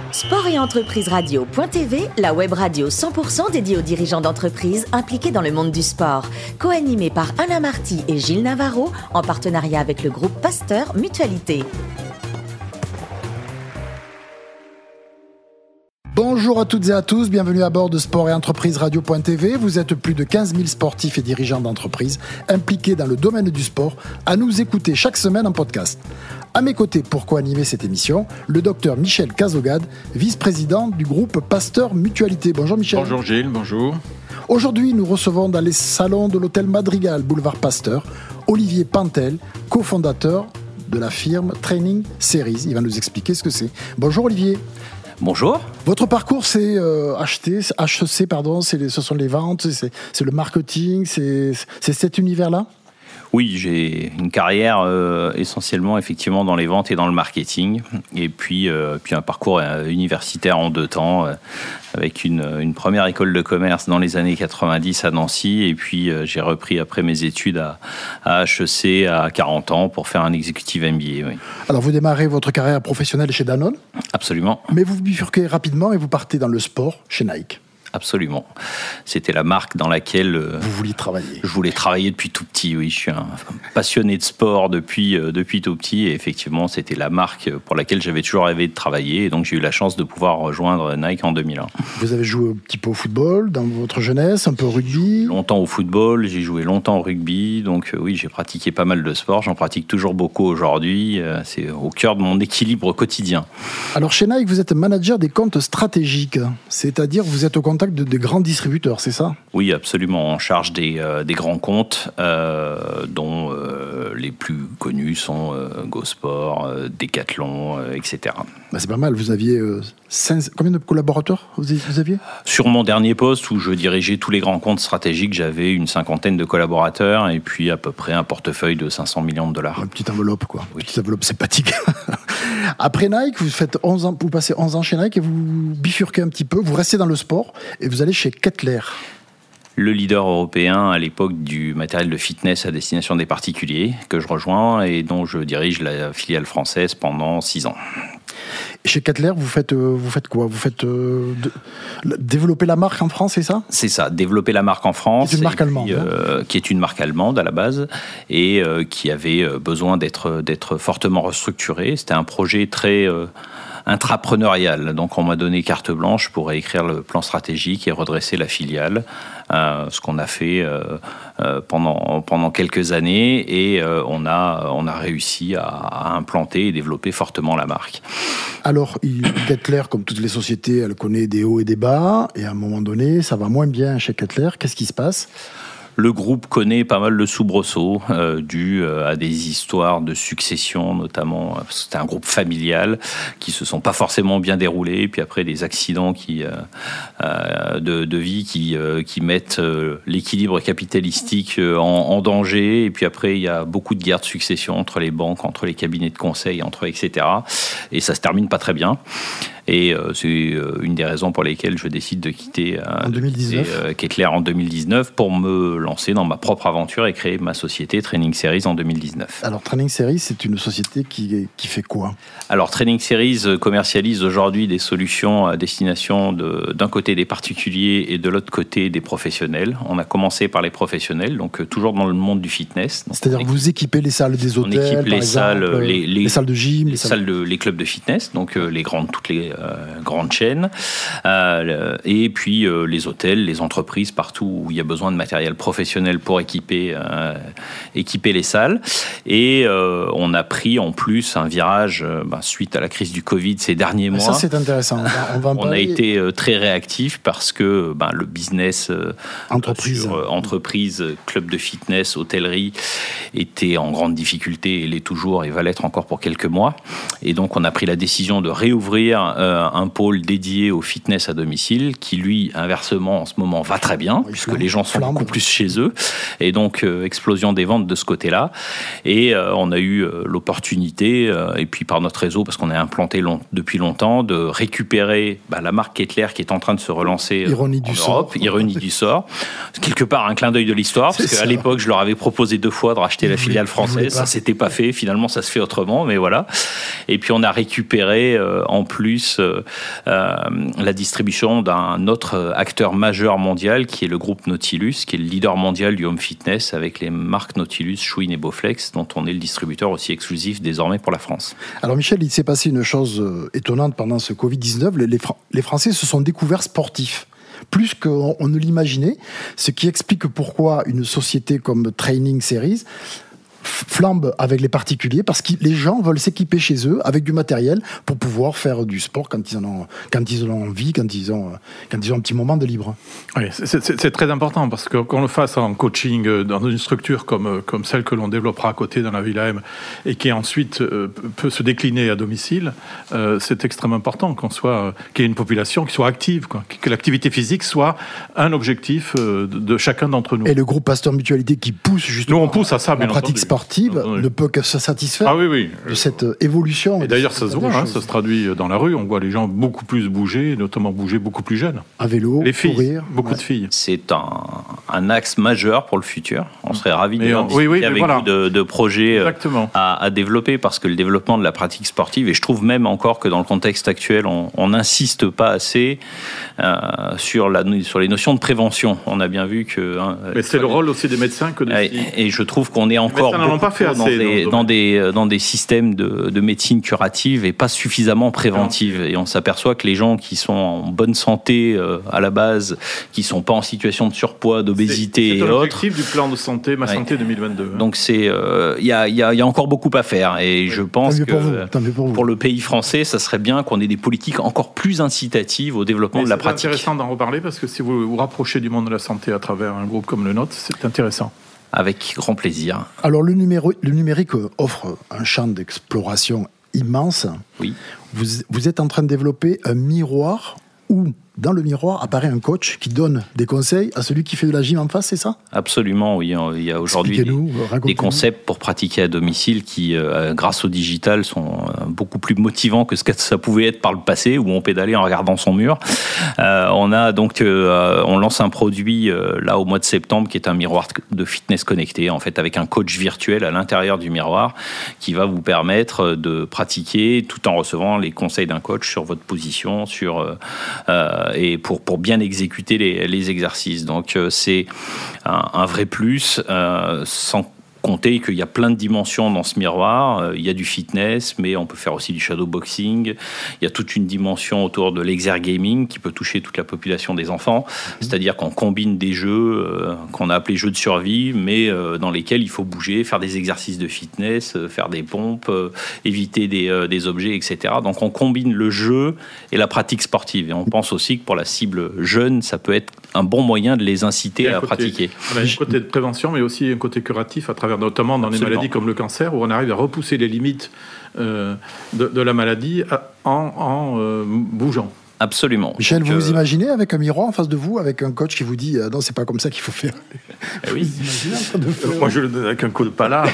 Sport et entreprise radio.tv, la web radio 100% dédiée aux dirigeants d'entreprises impliqués dans le monde du sport. Co-animée par Alain Marty et Gilles Navarro, en partenariat avec le groupe Pasteur Mutualité. Bonjour à toutes et à tous, bienvenue à bord de Sport et entreprise radio.tv. Vous êtes plus de 15 000 sportifs et dirigeants d'entreprises impliqués dans le domaine du sport à nous écouter chaque semaine en podcast. À mes côtés, pour co-animer cette émission, le docteur Michel Cazogade, vice-président du groupe Pasteur Mutualité. Bonjour Michel. Bonjour Gilles, bonjour. Aujourd'hui, nous recevons dans les salons de l'hôtel Madrigal, boulevard Pasteur, Olivier Pantel, cofondateur de la firme Training Series. Il va nous expliquer ce que c'est. Bonjour Olivier. Bonjour. Votre parcours, c'est HEC, ce sont les ventes, c'est le marketing, c'est cet univers-là ? Oui, j'ai une carrière essentiellement effectivement dans les ventes et dans le marketing, et puis un parcours universitaire en 2 temps, avec une première école de commerce dans les années 90 à Nancy, et puis j'ai repris après mes études à HEC à 40 ans pour faire un executive MBA. Oui. Alors vous démarrez votre carrière professionnelle chez Danone ? Absolument. Mais vous bifurquez rapidement et vous partez dans le sport chez Nike. Absolument. C'était la marque dans laquelle vous vouliez travailler. Je voulais travailler depuis tout petit, oui. Je suis un passionné de sport depuis tout petit. Et effectivement, c'était la marque pour laquelle j'avais toujours rêvé de travailler. Et donc, j'ai eu la chance de pouvoir rejoindre Nike en 2001. Vous avez joué un petit peu au football dans votre jeunesse, un peu au rugby ? Longtemps au football, j'ai joué longtemps au rugby. Donc oui, j'ai pratiqué pas mal de sport. J'en pratique toujours beaucoup aujourd'hui. C'est au cœur de mon équilibre quotidien. Alors, chez Nike, vous êtes manager des comptes stratégiques. C'est-à-dire, vous êtes au contact des grands distributeurs, c'est ça ? Oui, absolument. En charge des grands comptes, dont les plus connus sont GoSport, Decathlon, etc. C'est pas mal. Vous aviez combien de collaborateurs vous aviez ? Sur mon dernier poste, où je dirigeais tous les grands comptes stratégiques, j'avais une 50aine de collaborateurs et puis à peu près un portefeuille de 500 millions de dollars. Une petite enveloppe, quoi. Oui. Une petite enveloppe sympathique. Après Nike, vous passez 11 ans chez Nike et vous bifurquez un petit peu, vous restez dans le sport et vous allez chez Kettler. Le leader européen à l'époque du matériel de fitness à destination des particuliers, que je rejoins et dont je dirige la filiale française pendant 6 ans. Et chez Kettler, vous faites quoi ? Vous faites développer la marque en France, c'est ça ? C'est ça, développer la marque en France. C'est une marque allemande. Qui est une marque allemande à la base et qui avait besoin d'être fortement restructurée. C'était un projet très intrapreneurial. Donc on m'a donné carte blanche pour écrire le plan stratégique et redresser la filiale. Ce qu'on a fait pendant quelques années et on a réussi à implanter et développer fortement la marque. Alors, Kettler, comme toutes les sociétés, elle connaît des hauts et des bas et à un moment donné, ça va moins bien chez Kettler. Qu'est-ce qui se passe ? Le groupe connaît pas mal de soubresauts dus à des histoires de succession, notamment parce que c'était un groupe familial qui se sont pas forcément bien déroulés, et puis après des accidents de vie qui mettent l'équilibre capitalistique en danger, et puis après il y a beaucoup de guerres de succession entre les banques, entre les cabinets de conseil, etc. Et ça se termine pas très bien. Et c'est une des raisons pour lesquelles je décide de quitter Kettler en 2019 pour me lancer dans ma propre aventure et créer ma société Training Series en 2019. Alors Training Series, c'est une société qui fait quoi ? Alors Training Series commercialise aujourd'hui des solutions à destination d'un côté des particuliers et de l'autre côté des professionnels. On a commencé par les professionnels, donc toujours dans le monde du fitness. Donc, c'est-à-dire que vous équipez les salles des hôtels, on équipe les salles, les salles de gym, les clubs de fitness, donc toutes les grandes chaînes, et puis les hôtels, les entreprises, partout où il y a besoin de matériel professionnel pour équiper les salles. Et on a pris en plus un virage suite à la crise du Covid ces derniers mois. Ça, c'est intéressant. On a été très réactifs parce que le business entreprise, club de fitness, hôtellerie était en grande difficulté et l'est toujours et va l'être encore pour quelques mois. Et donc, on a pris la décision de réouvrir un pôle dédié au fitness à domicile qui, lui, inversement, en ce moment, va très bien puisque les gens sont beaucoup plus chez eux. Et donc, explosion des ventes de ce côté-là. Et on a eu l'opportunité, et puis par notre réseau, parce qu'on est implanté depuis longtemps, de récupérer la marque Kettler qui est en train de se relancer en Europe. Ironie du sort. Quelque part, un clin d'œil de l'histoire, parce qu'à l'époque, je leur avais proposé 2 fois de racheter la filiale française. Ça s'était pas fait. Finalement, ça se fait autrement, mais voilà. Et puis, on a récupéré, en plus, plus la distribution d'un autre acteur majeur mondial qui est le groupe Nautilus, qui est le leader mondial du home fitness avec les marques Nautilus, Schwinn et Bowflex, dont on est le distributeur aussi exclusif désormais pour la France. Alors Michel, il s'est passé une chose étonnante pendant ce Covid-19. Les Français se sont découverts sportifs, plus qu'on ne l'imaginait, ce qui explique pourquoi une société comme Training Series flambe avec les particuliers, parce que les gens veulent s'équiper chez eux avec du matériel pour pouvoir faire du sport quand ils en ont envie, quand ils ont un petit moment de libre. Oui, c'est très important, parce que qu'on le fasse en coaching dans une structure comme celle que l'on développera à côté dans la Villa M et qui ensuite peut se décliner à domicile, c'est extrêmement important qu'il y ait une population qui soit active, que l'activité physique soit un objectif de chacun d'entre nous. Et le groupe Pasteur Mutualité qui pousse justement nous, on pousse à ça, bien la pratique entendu. Sportive ne peut que se satisfaire de cette évolution. Et d'ailleurs, ça se voit, ça se traduit dans la rue. On voit les gens beaucoup plus bouger, notamment bouger beaucoup plus jeunes. À vélo, les filles, courir. Beaucoup de filles. C'est un axe majeur pour le futur. On serait ravis de discuter avec vous de projets à développer, parce que le développement de la pratique sportive, et je trouve même encore que dans le contexte actuel, on n'insiste pas assez sur les notions de prévention. On a bien vu que... Mais c'est le rôle aussi des médecins que des filles. Et je trouve qu'on est encore dans des systèmes de médecine curative et pas suffisamment préventive. Et on s'aperçoit que les gens qui sont en bonne santé à la base, qui sont pas en situation de surpoids, d'obésité et autres... C'est l'objectif du plan de santé, Ma Santé 2022. Donc il y a encore beaucoup à faire. Et je pense que pour le pays français, ça serait bien qu'on ait des politiques encore plus incitatives au développement de la pratique. C'est intéressant d'en reparler, parce que si vous vous rapprochez du monde de la santé à travers un groupe comme le nôtre, c'est intéressant. Avec grand plaisir. Alors le numérique offre un champ d'exploration immense. Oui. Vous êtes en train de développer un miroir où, dans le miroir, apparaît un coach qui donne des conseils à celui qui fait de la gym en face, c'est ça ? Absolument, oui. Il y a aujourd'hui des concepts pour pratiquer à domicile qui, grâce au digital, sont beaucoup plus motivants que ce que ça pouvait être par le passé, où on pédalait en regardant son mur. On lance un produit là au mois de septembre qui est un miroir de fitness connecté, en fait, avec un coach virtuel à l'intérieur du miroir qui va vous permettre de pratiquer tout en recevant les conseils d'un coach sur votre position, et pour bien exécuter les exercices. Donc c'est un vrai plus, sans compter qu'il y a plein de dimensions dans ce miroir. Il y a du fitness, mais on peut faire aussi du shadowboxing. Il y a toute une dimension autour de l'exergaming qui peut toucher toute la population des enfants. C'est-à-dire qu'on combine des jeux qu'on a appelés jeux de survie, mais dans lesquels il faut bouger, faire des exercices de fitness, faire des pompes, éviter des objets, etc. Donc on combine le jeu et la pratique sportive. Et on pense aussi que pour la cible jeune, ça peut être un bon moyen de les inciter à pratiquer. On a un côté de prévention, mais aussi un côté curatif à travers, notamment dans les maladies comme le cancer, où on arrive à repousser les limites de la maladie en bougeant. Absolument. Michel, vous vous imaginez avec un miroir en face de vous, avec un coach qui vous dit non, c'est pas comme ça qu'il faut faire. Oui. Vous imaginez en train de faire... Moi, je le donne avec un coup de palard.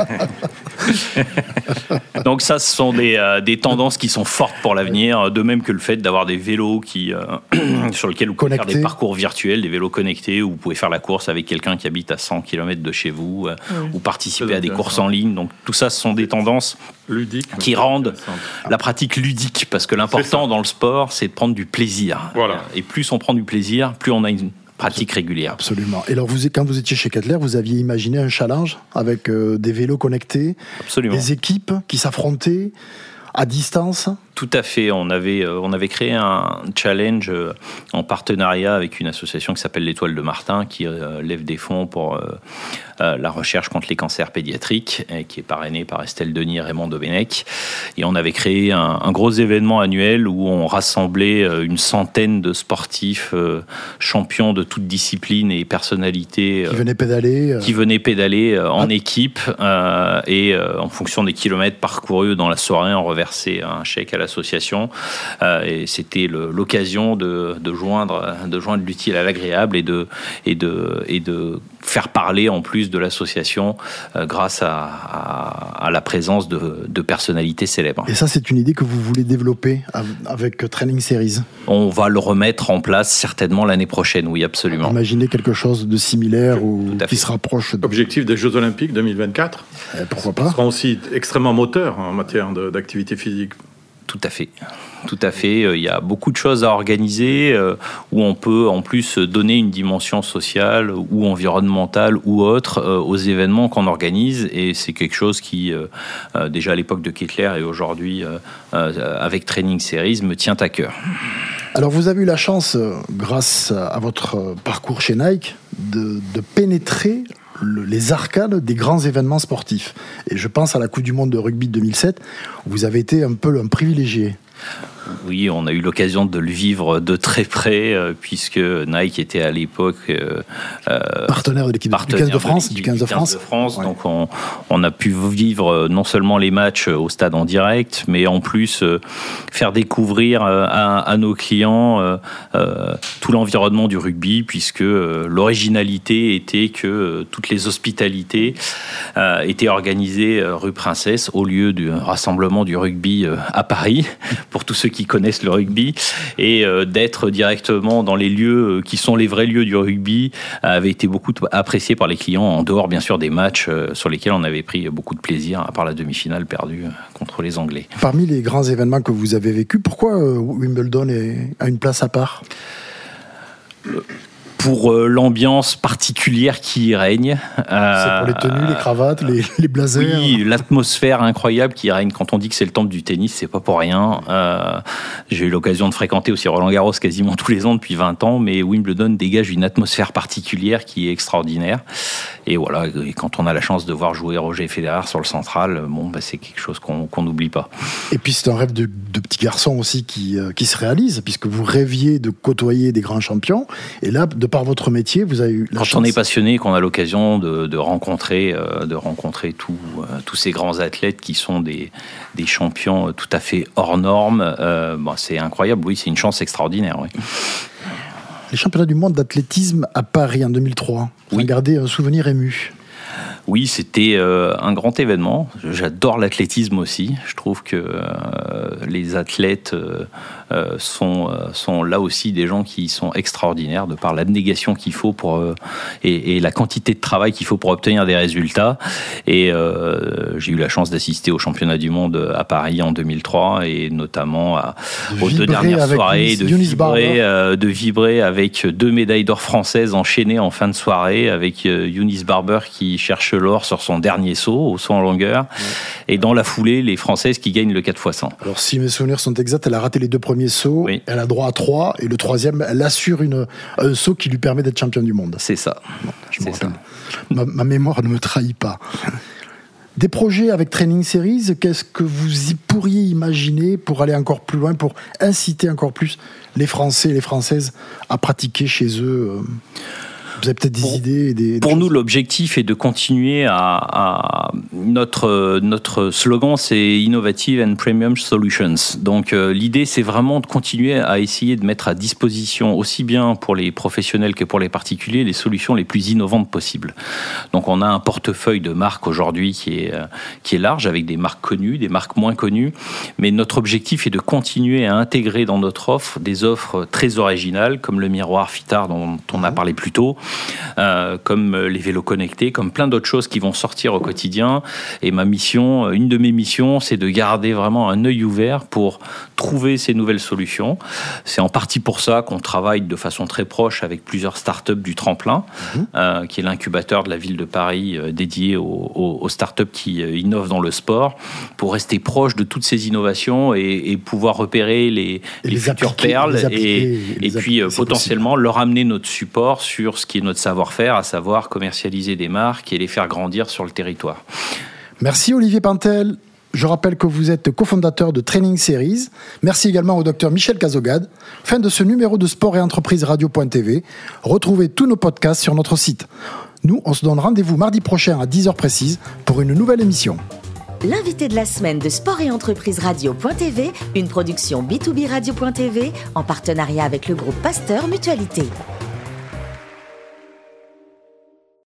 Donc ça, ce sont des tendances qui sont fortes pour l'avenir, de même que le fait d'avoir des vélos sur lesquels vous pouvez faire des parcours virtuels, des vélos connectés, où vous pouvez faire la course avec quelqu'un qui habite à 100 km de chez vous, ou participer à des courses en ligne. Donc tout ça, ce sont des tendances ludiques qui rendent la pratique ludique, parce que l'important dans le sport, c'est de prendre du plaisir. Voilà. Et plus on prend du plaisir, plus on a une pratique régulière. Absolument. Et alors, quand vous étiez chez Kettler, vous aviez imaginé un challenge avec des vélos connectés, Absolument. Des équipes qui s'affrontaient à distance. Tout à fait. On avait créé un challenge en partenariat avec une association qui s'appelle l'Étoile de Martin, qui lève des fonds pour la recherche contre les cancers pédiatriques, et qui est parrainée par Estelle Denis et Raymond Domenech. Et on avait créé un gros événement annuel où on rassemblait une centaine de sportifs, champions de toutes disciplines et personnalités. Qui venaient pédaler en équipe, et en fonction des kilomètres parcourus dans la soirée, on reversait un chèque à l'association, et c'était l'occasion de joindre l'utile à l'agréable et de faire parler en plus de l'association grâce à la présence de personnalités célèbres. Et ça, c'est une idée que vous voulez développer avec Training Series. On va le remettre en place certainement l'année prochaine, oui, absolument. Imaginez quelque chose de similaire ou qui se rapproche. Objectif des Jeux Olympiques 2024. Pourquoi pas. Ils seront aussi extrêmement moteurs en matière d'activité physique. Tout à fait. tout à fait. Il y a beaucoup de choses à organiser où on peut en plus donner une dimension sociale ou environnementale ou autre aux événements qu'on organise. Et c'est quelque chose qui, déjà à l'époque de Kettler et aujourd'hui avec Training Series, me tient à cœur. Alors vous avez eu la chance, grâce à votre parcours chez Nike, de pénétrer les arcades des grands événements sportifs. Et je pense à la Coupe du Monde de rugby de 2007, où vous avez été un peu un privilégié. Oui, on a eu l'occasion de le vivre de très près, puisque Nike était à l'époque partenaire de l'équipe du 15 de France. Ouais. Ouais. Donc on a pu vivre non seulement les matchs au stade en direct, mais en plus faire découvrir à nos clients tout l'environnement du rugby, puisque l'originalité était que toutes les hospitalités étaient organisées rue Princesse au lieu du rassemblement du rugby à Paris, pour tous ceux qui connaissent le rugby, et d'être directement dans les lieux qui sont les vrais lieux du rugby avait été beaucoup apprécié par les clients, en dehors bien sûr des matchs sur lesquels on avait pris beaucoup de plaisir, à part la demi-finale perdue contre les Anglais. Parmi les grands événements que vous avez vécus, pourquoi Wimbledon a une place à part ? Pour l'ambiance particulière qui y règne. C'est pour les tenues, les cravates, les blazers. Oui, l'atmosphère incroyable qui règne. Quand on dit que c'est le temple du tennis, c'est pas pour rien. J'ai eu l'occasion de fréquenter aussi Roland-Garros quasiment tous les ans depuis 20 ans, mais Wimbledon dégage une atmosphère particulière qui est extraordinaire. Et voilà, et quand on a la chance de voir jouer Roger Federer sur le central, c'est quelque chose qu'on n'oublie pas. Et puis c'est un rêve de petit garçon aussi qui se réalise, puisque vous rêviez de côtoyer des grands champions. Et là, de par votre métier, vous avez eu la chance. Quand on est passionné, qu'on a l'occasion de rencontrer tous ces grands athlètes qui sont des champions tout à fait hors normes, c'est incroyable. Oui, c'est une chance extraordinaire. Oui. Les championnats du monde d'athlétisme à Paris en 2003, vous avez gardé un souvenir ému. Oui, c'était un grand événement. J'adore l'athlétisme aussi. Je trouve que les athlètes sont là aussi des gens qui sont extraordinaires de par l'abnégation qu'il faut et la quantité de travail qu'il faut pour obtenir des résultats. Et j'ai eu la chance d'assister au championnat du monde à Paris en 2003 et notamment aux 2 dernières soirées, de vibrer avec 2 médailles d'or françaises enchaînées en fin de soirée avec Eunice Barber qui cherche l'or sur son dernier saut, au saut en longueur, et dans la foulée, les Françaises qui gagnent le 4x100. Alors, si mes souvenirs sont exacts, elle a raté les 2 premiers sauts, oui. Elle a droit à 3, et le 3e, elle assure un saut qui lui permet d'être championne du monde. C'est ça. Bon, ma mémoire ne me trahit pas. Des projets avec Training Series, qu'est-ce que vous y pourriez imaginer pour aller encore plus loin, pour inciter encore plus les Français et les Françaises à pratiquer chez eux Vous avez peut-être des idées Pour nous, l'objectif est de continuer à notre slogan, c'est Innovative and Premium Solutions. Donc l'idée, c'est vraiment de continuer à essayer de mettre à disposition, aussi bien pour les professionnels que pour les particuliers, les solutions les plus innovantes possibles. Donc on a un portefeuille de marques aujourd'hui qui est large, avec des marques connues, des marques moins connues, mais notre objectif est de continuer à intégrer dans notre offre des offres très originales, comme le miroir Fitard dont on a parlé plus tôt, comme les vélos connectés, comme plein d'autres choses qui vont sortir au quotidien. Et une de mes missions, c'est de garder vraiment un œil ouvert pour trouver ces nouvelles solutions. C'est en partie pour ça qu'on travaille de façon très proche avec plusieurs startups du Tremplin, qui est l'incubateur de la ville de Paris dédié aux startups qui innovent dans le sport, pour rester proche de toutes ces innovations et pouvoir repérer les futures perles et puis potentiellement leur amener notre support sur ce qui est notre savoir-faire, à savoir commercialiser des marques et les faire grandir sur le territoire. Merci Olivier Pantel. Je rappelle que vous êtes cofondateur de Training Series. Merci également au docteur Michel Cazogade. Fin de ce numéro de Sport et Entreprise Radio.tv. Retrouvez tous nos podcasts sur notre site. Nous, on se donne rendez-vous mardi prochain à 10h précise pour une nouvelle émission. L'invité de la semaine de Sport et Entreprise Radio.tv, une production B2B Radio.tv en partenariat avec le groupe Pasteur Mutualité.